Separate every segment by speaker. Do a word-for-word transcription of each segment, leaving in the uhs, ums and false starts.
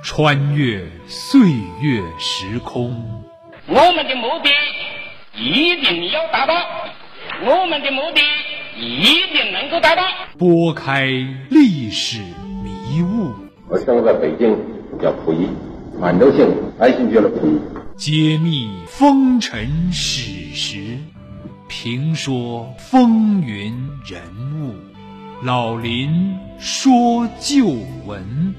Speaker 1: 穿越岁月时空。
Speaker 2: 我们的目的一定要达到，我们的目的一定能够达到。
Speaker 1: 拨开历史迷雾，
Speaker 3: 我生在北京，叫溥仪，满洲姓，爱新觉罗溥仪。
Speaker 1: 揭秘风尘史实，评说风云人物。老林说旧闻。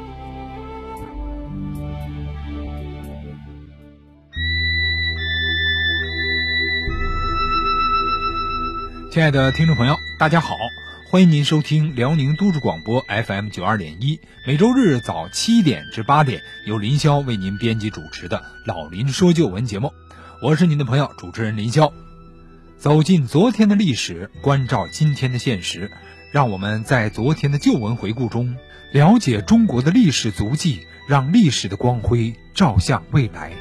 Speaker 1: 亲爱的听众朋友，大家好，欢迎您收听辽宁都市广播 F M 九十二点一，每周日早七点至八点，由林霄为您编辑主持的老林说旧闻节目，我是您的朋友主持人林霄。走进昨天的历史，关照今天的现实，让我们在昨天的旧闻回顾中了解中国的历史足迹，让历史的光辉照向未来。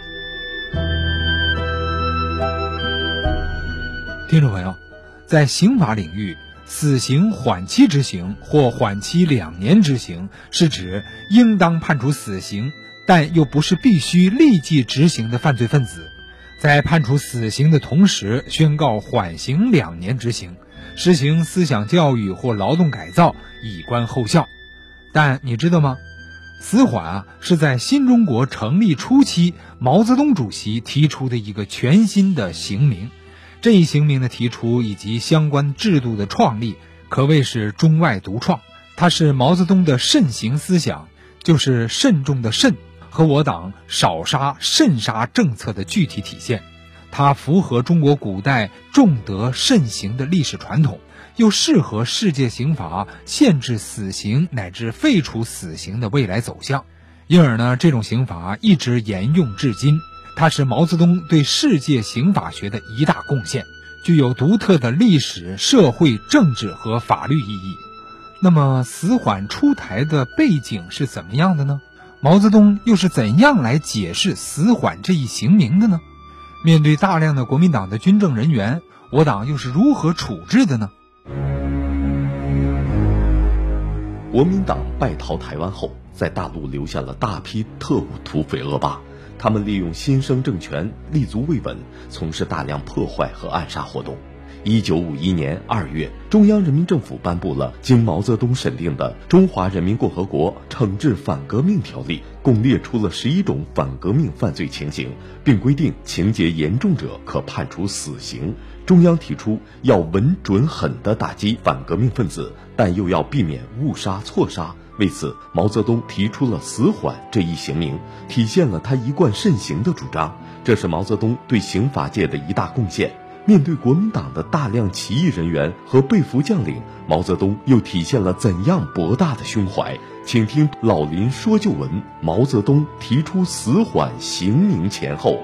Speaker 1: 听众朋友，在刑法领域，死刑缓期执行或缓期两年执行是指应当判处死刑但又不是必须立即执行的犯罪分子，在判处死刑的同时宣告缓刑两年执行，实行思想教育或劳动改造，以观后效。但你知道吗？死缓啊，是在新中国成立初期毛泽东主席提出的一个全新的刑名。这一刑名的提出以及相关制度的创立可谓是中外独创，它是毛泽东的慎刑思想，就是慎重的慎，和我党少杀慎杀政策的具体体现。它符合中国古代重德慎刑的历史传统，又适合世界刑法限制死刑乃至废除死刑的未来走向，因而呢，这种刑法一直沿用至今。它是毛泽东对世界刑法学的一大贡献，具有独特的历史、社会、政治和法律意义。那么死缓出台的背景是怎么样的呢？毛泽东又是怎样来解释死缓这一刑名的呢？面对大量的国民党的军政人员，我党又是如何处置的呢？
Speaker 4: 国民党败逃台湾后，在大陆留下了大批特务土匪恶霸，他们利用新生政权立足未稳，从事大量破坏和暗杀活动。一九五一年二月，中央人民政府颁布了经毛泽东审定的《中华人民共和国惩治反革命条例》，共列出了十一种反革命犯罪情形，并规定情节严重者可判处死刑。中央提出要稳准狠地打击反革命分子，但又要避免误杀错杀。为此，毛泽东提出了死缓这一刑名，体现了他一贯慎刑的主张，这是毛泽东对刑法界的一大贡献。面对国民党的大量起义人员和被俘将领，毛泽东又体现了怎样博大的胸怀？请听老林说旧闻，毛泽东提出死缓刑名前后。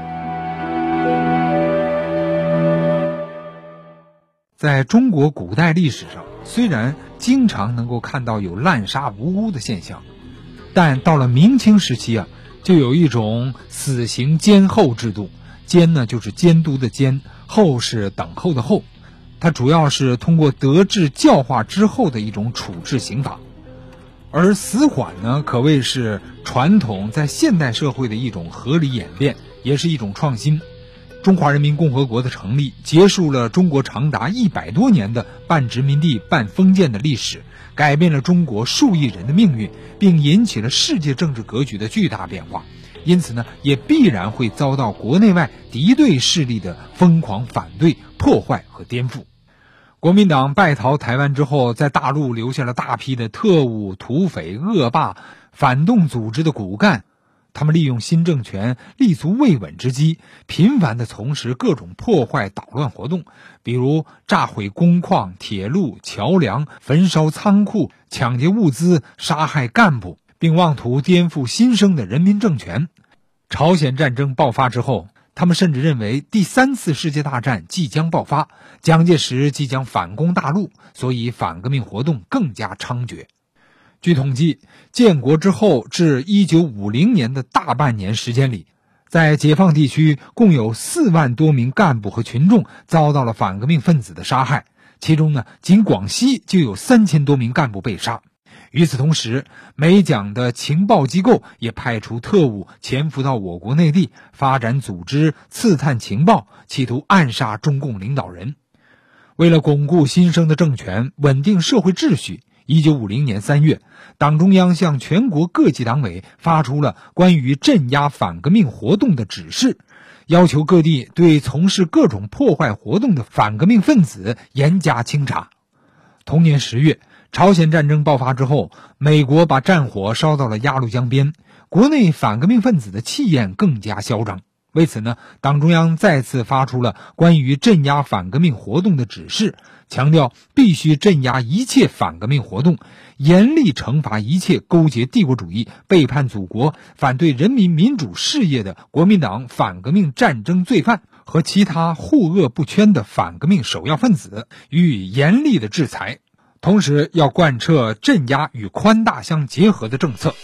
Speaker 1: 在中国古代历史上，虽然经常能够看到有滥杀无辜的现象，但到了明清时期啊，就有一种死刑监候制度。监呢就是监督的监，候是等候的候，它主要是通过德治教化之后的一种处置刑法。而死缓呢，可谓是传统在现代社会的一种合理演变，也是一种创新。中华人民共和国的成立，结束了中国长达一百多年的半殖民地半封建的历史，改变了中国数亿人的命运，并引起了世界政治格局的巨大变化。因此呢，也必然会遭到国内外敌对势力的疯狂反对、破坏和颠覆。国民党败逃台湾之后，在大陆留下了大批的特务、土匪、恶霸、反动组织的骨干，他们利用新政权立足未稳之机，频繁地从事各种破坏捣乱活动，比如炸毁工矿、铁路、桥梁，焚烧仓库，抢劫物资，杀害干部，并妄图颠覆新生的人民政权。朝鲜战争爆发之后，他们甚至认为第三次世界大战即将爆发，蒋介石即将反攻大陆，所以反革命活动更加猖獗。据统计，建国之后至一九五零年的大半年时间里，在解放地区共有四万多名干部和群众遭到了反革命分子的杀害，其中呢，仅广西就有三千多名干部被杀。 与此同时，美蒋的情报机构也派出特务潜伏到我国内地，发展组织刺探情报，企图暗杀中共领导人。为了巩固新生的政权，稳定社会秩序，一九五零年三月，党中央向全国各级党委发出了关于镇压反革命活动的指示，要求各地对从事各种破坏活动的反革命分子严加清查。同年十月，朝鲜战争爆发之后，美国把战火烧到了鸭绿江边，国内反革命分子的气焰更加嚣张。为此呢，党中央再次发出了关于镇压反革命活动的指示，强调必须镇压一切反革命活动，严厉惩罚一切勾结帝国主义、背叛祖国、反对人民民主事业的国民党反革命战争罪犯和其他护恶不圈的反革命首要分子，予以严厉的制裁。同时要贯彻镇压与宽大相结合的政策。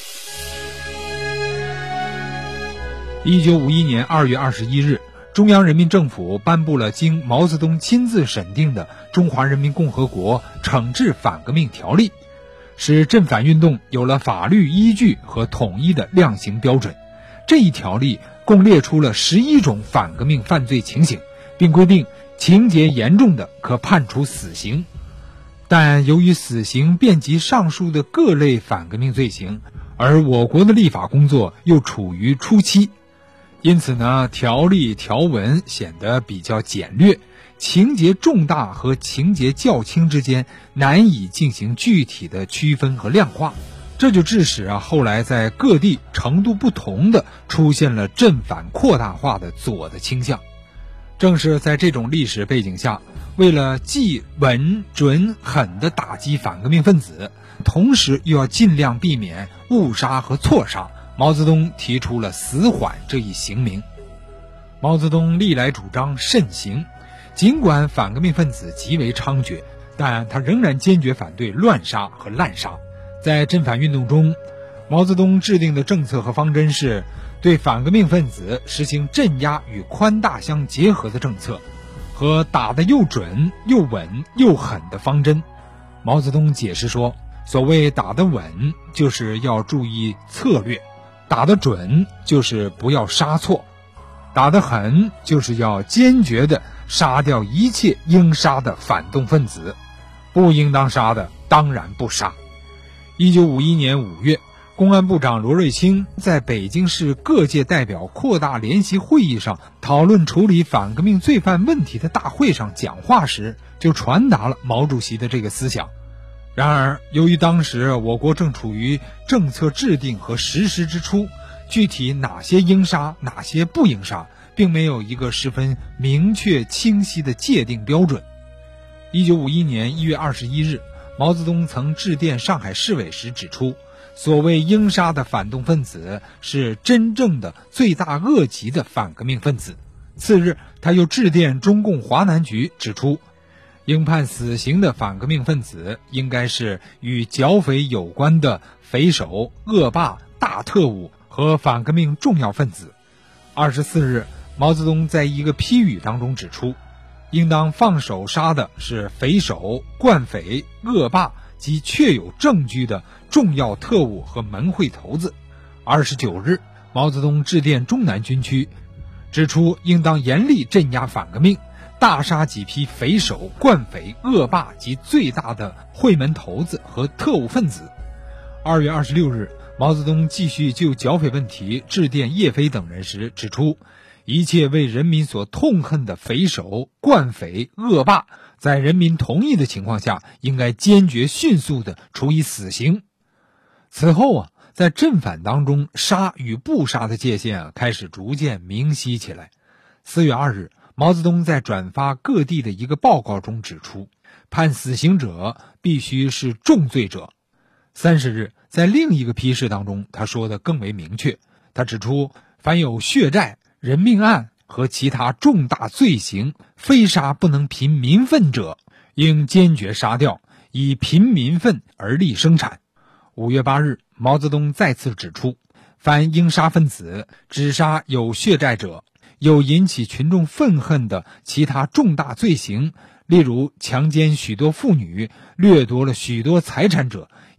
Speaker 1: 一九五一年二月二十一日，中央人民政府颁布了经毛泽东亲自审定的《中华人民共和国惩治反革命条例》，使镇反运动有了法律依据和统一的量刑标准。这一条例共列出了十一种反革命犯罪情形，并规定情节严重的可判处死刑。但由于死刑遍及上述的各类反革命罪行，而我国的立法工作又处于初期，因此呢，条例条文显得比较简略，情节重大和情节较轻之间难以进行具体的区分和量化，这就致使啊后来在各地程度不同的出现了镇反扩大化的左的倾向。正是在这种历史背景下，为了既稳准狠地打击反革命分子，同时又要尽量避免误杀和错杀，毛泽东提出了死缓这一刑名。毛泽东历来主张慎刑，尽管反革命分子极为猖獗，但他仍然坚决反对乱杀和滥杀。在镇反运动中，毛泽东制定的政策和方针是对反革命分子实行镇压与宽大相结合的政策，和打得又准又稳又狠的方针。毛泽东解释说，所谓打得稳，就是要注意策略；打得准，就是不要杀错；打得狠，就是要坚决地杀掉一切应杀的反动分子，不应当杀的当然不杀。一九五一年五月，公安部长罗瑞卿在北京市各界代表扩大联席会议上讨论处理反革命罪犯问题的大会上讲话时，就传达了毛主席的这个思想。然而，由于当时我国正处于政策制定和实施之初，具体哪些应杀，哪些不应杀，并没有一个十分明确清晰的界定标准。一九五一年一月二十一日，毛泽东曾致电上海市委时指出，所谓应杀的反动分子是真正的罪大恶极的反革命分子。次日，他又致电中共华南局指出，应判死刑的反革命分子应该是与剿匪有关的匪首、恶霸、大特务和反革命重要分子。二十四日，毛泽东在一个批语当中指出，应当放手杀的是匪首、惯匪、恶霸及确有证据的重要特务和门会头子。二十九日，毛泽东致电中南军区，指出应当严厉镇压反革命，大杀几批匪首、惯匪、恶霸及最大的会门头子和特务分子。二月二十六日，毛泽东继续就剿匪问题致电叶飞等人时指出，一切为人民所痛恨的匪首、惯匪、恶霸，在人民同意的情况下，应该坚决迅速地处以死刑。此后啊，在镇反当中，杀与不杀的界限啊，开始逐渐明晰起来。四月二日，毛泽东在转发各地的一个报告中指出，判死刑者必须是重罪者。三十日，在另一个批示当中，他说的更为明确，他指出，凡有血债、人命案和其他重大罪行，非杀不能平民愤者，应坚决杀掉，以平民愤而立生产。五月八日，毛泽东再次指出，凡应杀分子，只杀有血债者，有引起群众愤恨的其他重大罪行，例如强奸许多妇女、掠夺了许多财产者，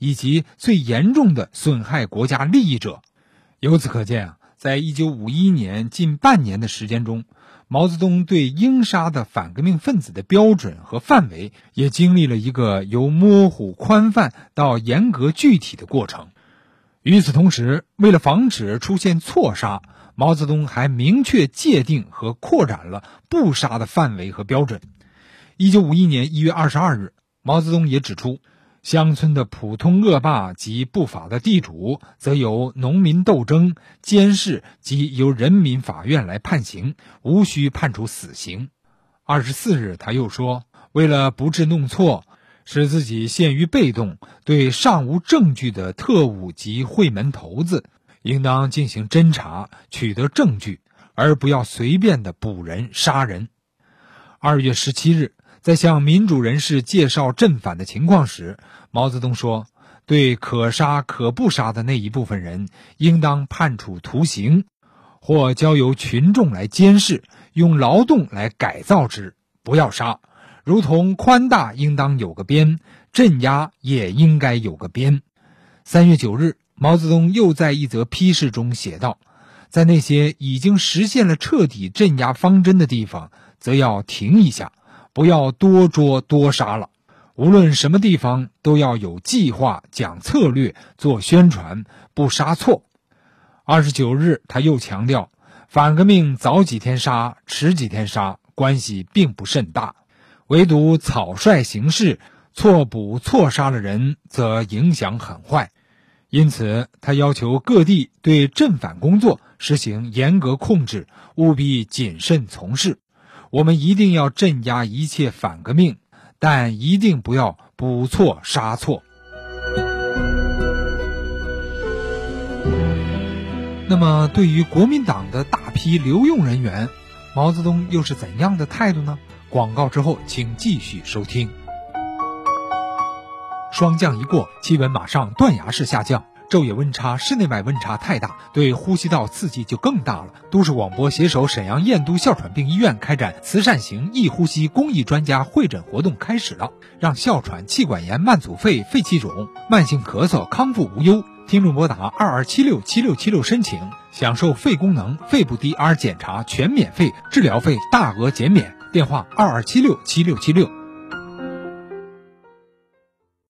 Speaker 1: 以及最严重的损害国家利益者。由此可见啊，在一九五一年近半年的时间中，毛泽东对应杀的反革命分子的标准和范围也经历了一个由模糊宽泛到严格具体的过程。与此同时，为了防止出现错杀，毛泽东还明确界定和扩展了不杀的范围和标准。一九五一年一月二十二日，毛泽东也指出，乡村的普通恶霸及不法的地主，则由农民斗争、监视及由人民法院来判刑，无需判处死刑。二十四日，他又说，为了不致弄错，使自己陷于被动，对尚无证据的特务及会门头子，应当进行侦查，取得证据，而不要随便的捕人杀人。二月十七日，在向民主人士介绍镇反的情况时，毛泽东说，对可杀可不杀的那一部分人，应当判处徒刑，或交由群众来监视，用劳动来改造之，不要杀。如同宽大应当有个边，镇压也应该有个边。三月九日，毛泽东又在一则批示中写道，在那些已经实现了彻底镇压方针的地方，则要停一下，不要多捉多杀了。无论什么地方，都要有计划、讲策略、做宣传，不杀错。二十九日，他又强调，反革命早几天杀，迟几天杀，关系并不甚大，唯独草率行事，错捕错杀了人，则影响很坏。因此，他要求各地对镇反工作实行严格控制，务必谨慎从事。我们一定要镇压一切反革命，但一定不要捕错杀错。那么，对于国民党的大批留用人员，毛泽东又是怎样的态度呢？广告之后，请继续收听。霜降一过，气温马上断崖式下降，昼夜温差、室内外温差太大，对呼吸道刺激就更大了。都市广播携手沈阳燕都哮喘病医院开展慈善型易呼吸公益专家会诊活动开始了，让哮喘、气管炎、慢阻肺、肺气肿、慢性咳嗽康复无忧。听众拨打二二七六七六七六申请，享受肺功能、肺部 D R 检查全免费，治疗费大额减免。电话二二七六七六七六。